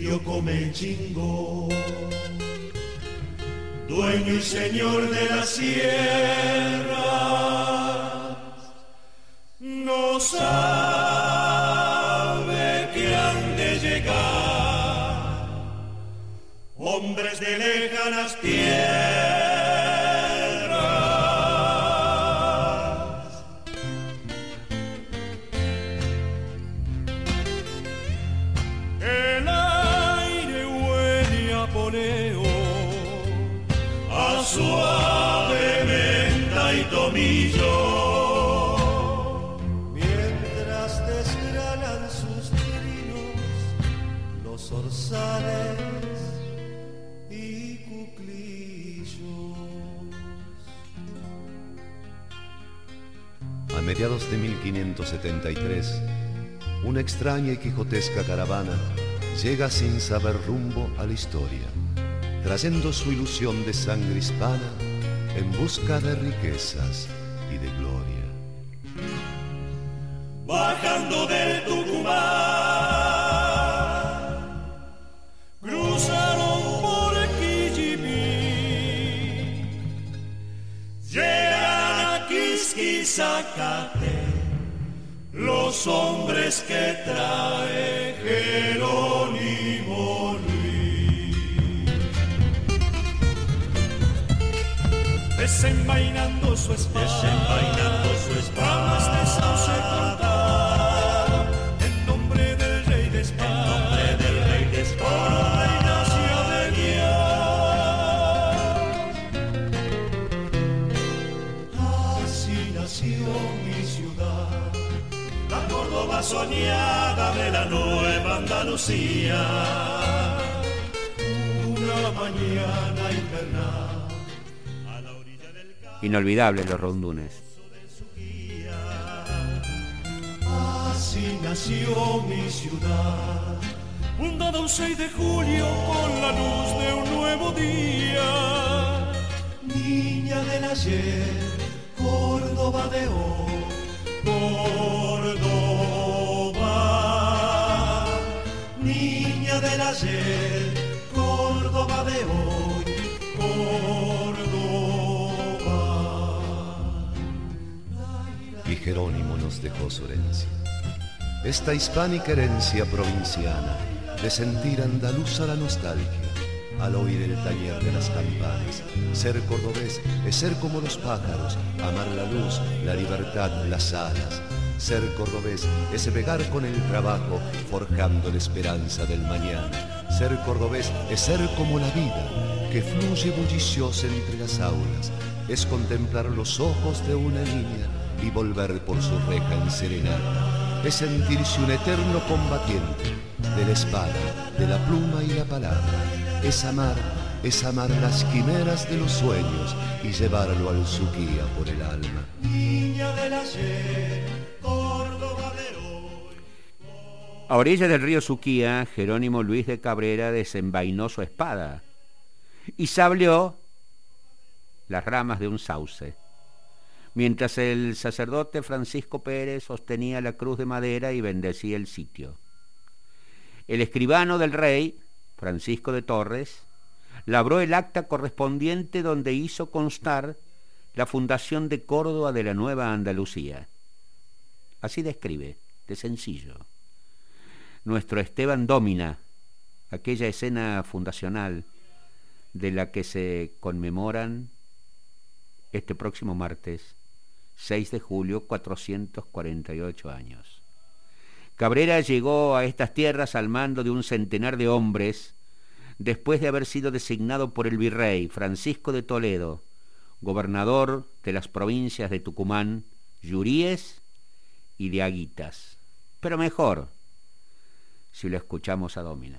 indio Comechingo, dueño y señor de la sierra, no sabe que han de llegar hombres de lejanas tierras. El aire huele a poleo, a suave menta y tomillo, mientras desgranan sus trinos los orzales y cuclillos. A mediados de 1573, una extraña y quijotesca caravana llega sin saber rumbo a la historia, trayendo su ilusión de sangre hispana en busca de riquezas y de gloria. Bajando del Tucumán, cruzaron por Quillipí, llegan a Quisquizacate los hombres que trae Jerónimo Luis, desenvainando su espada, ramas de sauce cortar, en nombre del rey de España, por reinacia de guiar. Así nació mi ciudad, la Córdoba soñada de la Nueva Andalucía. Una mañana invernal, a la orilla del campo, Inolvidables los rondunes. así nació mi ciudad, fundada un 6 de julio con la luz de un nuevo día. Niña del ayer, Córdoba de hoy, Córdoba, niña del ayer, Córdoba de hoy, Córdoba. Y Jerónimo nos dejó su herencia, esta hispánica herencia provinciana, de sentir andaluza la nostalgia al oír el tañer de las campanas. Ser cordobés es ser como los pájaros, amar la luz, la libertad, las alas. Ser cordobés es pegar con el trabajo, forjando la esperanza del mañana. Ser cordobés es ser como la vida, que fluye bulliciosa entre las aulas. Es contemplar los ojos de una niña y volver por su reja en serenata. Es sentirse un eterno combatiente de la espada, de la pluma y la palabra. Es amar las quimeras de los sueños y llevarlo al Suquía por el alma. Niña del ayer, Córdoba de hoy. A orillas del río Suquía, Jerónimo Luis de Cabrera desenvainó su espada y sableó las ramas de un sauce, mientras el sacerdote Francisco Pérez sostenía la cruz de madera y bendecía el sitio. El escribano del rey, Francisco de Torres, labró el acta correspondiente donde hizo constar la fundación de Córdoba de la Nueva Andalucía. Así describe, de sencillo, nuestro Esteban Dómina, aquella escena fundacional de la que se conmemoran este próximo martes, 6 de julio, 448 años. Cabrera llegó a estas tierras al mando de un centenar de hombres después de haber sido designado por el virrey Francisco de Toledo, gobernador de las provincias de Tucumán, Lluríes y de Aguitas. Pero mejor si lo escuchamos a Dómina.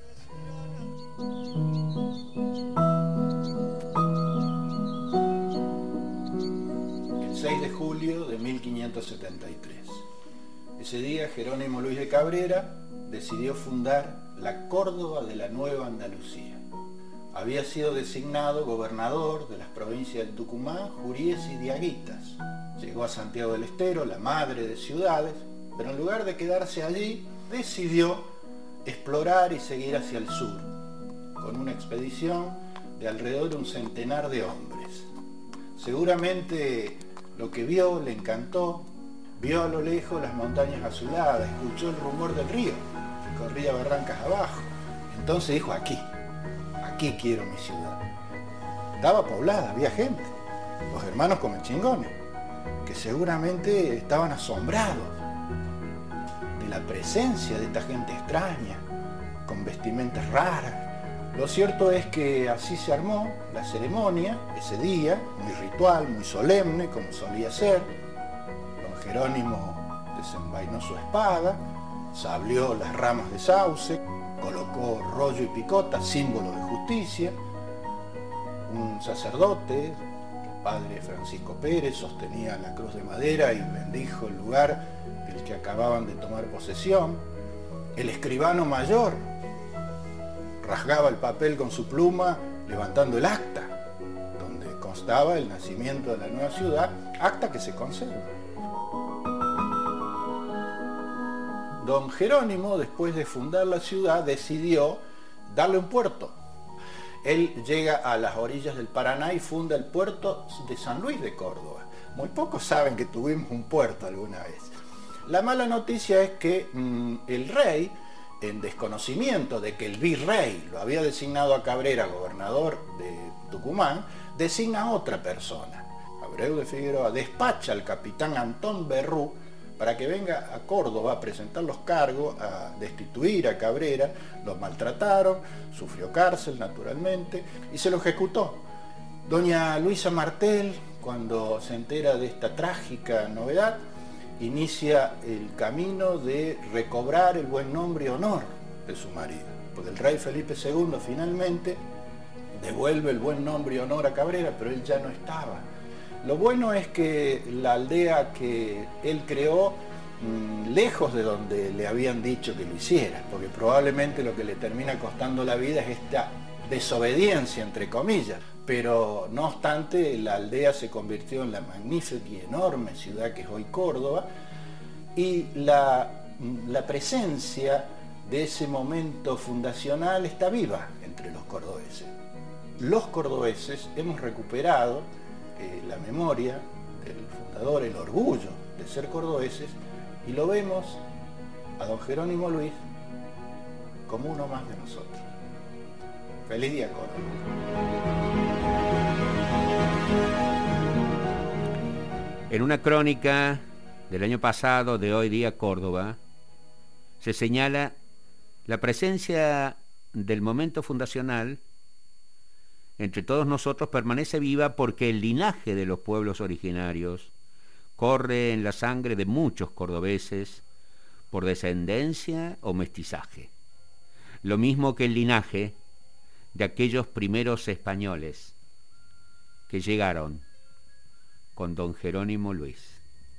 El 6 de julio de 1573. Ese día Jerónimo Luis de Cabrera decidió fundar la Córdoba de la Nueva Andalucía. Había sido designado gobernador de las provincias del Tucumán, Juríes y Diaguitas. Llegó a Santiago del Estero, la madre de ciudades, pero en lugar de quedarse allí, decidió explorar y seguir hacia el sur, con una expedición de alrededor de un centenar de hombres. Seguramente lo que vio le encantó, vio a lo lejos las montañas azuladas, escuchó el rumor del río que corría barrancas abajo. Entonces dijo, aquí quiero mi ciudad. Estaba poblada, había gente, los hermanos Comechingones, que seguramente estaban asombrados de la presencia de esta gente extraña, con vestimentas raras. Lo cierto es que así se armó la ceremonia ese día, muy ritual, muy solemne, como solía ser. Don Jerónimo desenvainó su espada, sablió las ramas de sauce, colocó rollo y picota, símbolo de justicia. Un sacerdote, el padre Francisco Pérez, sostenía la cruz de madera y bendijo el lugar del que acababan de tomar posesión. El escribano mayor rasgaba el papel con su pluma, levantando el acta, donde constaba el nacimiento de la nueva ciudad, acta que se conserva. Don Jerónimo, después de fundar la ciudad, decidió darle un puerto. Él llega a las orillas del Paraná y funda el puerto de San Luis de Córdoba. Muy pocos saben que tuvimos un puerto alguna vez. La mala noticia es que el rey, en desconocimiento de que el virrey lo había designado a Cabrera gobernador de Tucumán, designa a otra persona. Abreu de Figueroa despacha al capitán Antón Berrú para que venga a Córdoba a presentar los cargos, a destituir a Cabrera. Lo maltrataron, sufrió cárcel naturalmente y se lo ejecutó. Doña Luisa Martel, cuando se entera de esta trágica novedad, inicia el camino de recobrar el buen nombre y honor de su marido, porque el rey Felipe II finalmente devuelve el buen nombre y honor a Cabrera, pero él ya no estaba. Lo bueno es que la aldea que él creó, lejos de donde le habían dicho que lo hiciera, porque probablemente lo que le termina costando la vida es esta desobediencia, entre comillas, pero no obstante la aldea se convirtió en la magnífica y enorme ciudad que es hoy Córdoba, y la presencia de ese momento fundacional está viva entre los cordobeses. Los cordobeses hemos recuperado la memoria del fundador, el orgullo de ser cordobeses, y lo vemos a don Jerónimo Luis como uno más de nosotros. Feliz día, Córdoba. En una crónica del año pasado de Hoy Día Córdoba, se señala la presencia del momento fundacional entre todos nosotros permanece viva porque el linaje de los pueblos originarios corre en la sangre de muchos cordobeses por descendencia o mestizaje, lo mismo que el linaje de aquellos primeros españoles que llegaron con don Jerónimo Luis.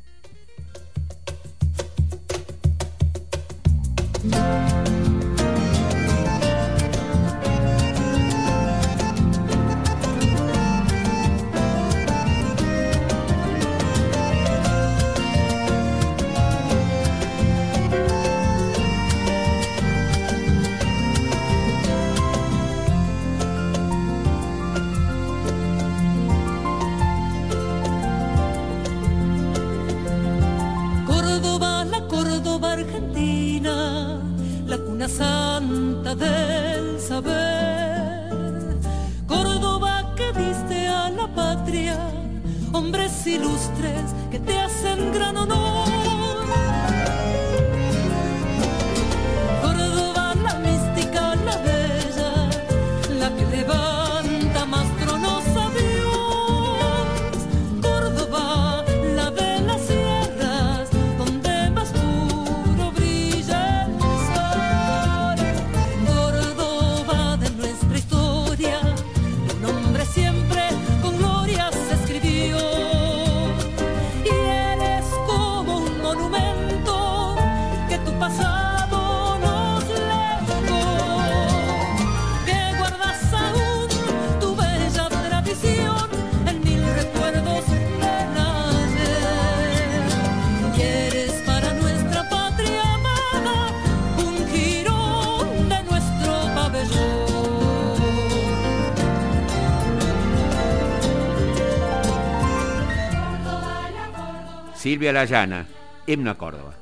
Santa del saber, Córdoba que diste a la patria, hombres ilustres que te hacen gran honor. Córdoba la mística, la bella, la que levanta más tronos a Dios. Córdoba la de las sierras, donde más puro brilla el sol. Córdoba de nuestra historia, un hombre siempre con gloria se escribió. Y él es Silvia La Llana, Himno a Córdoba.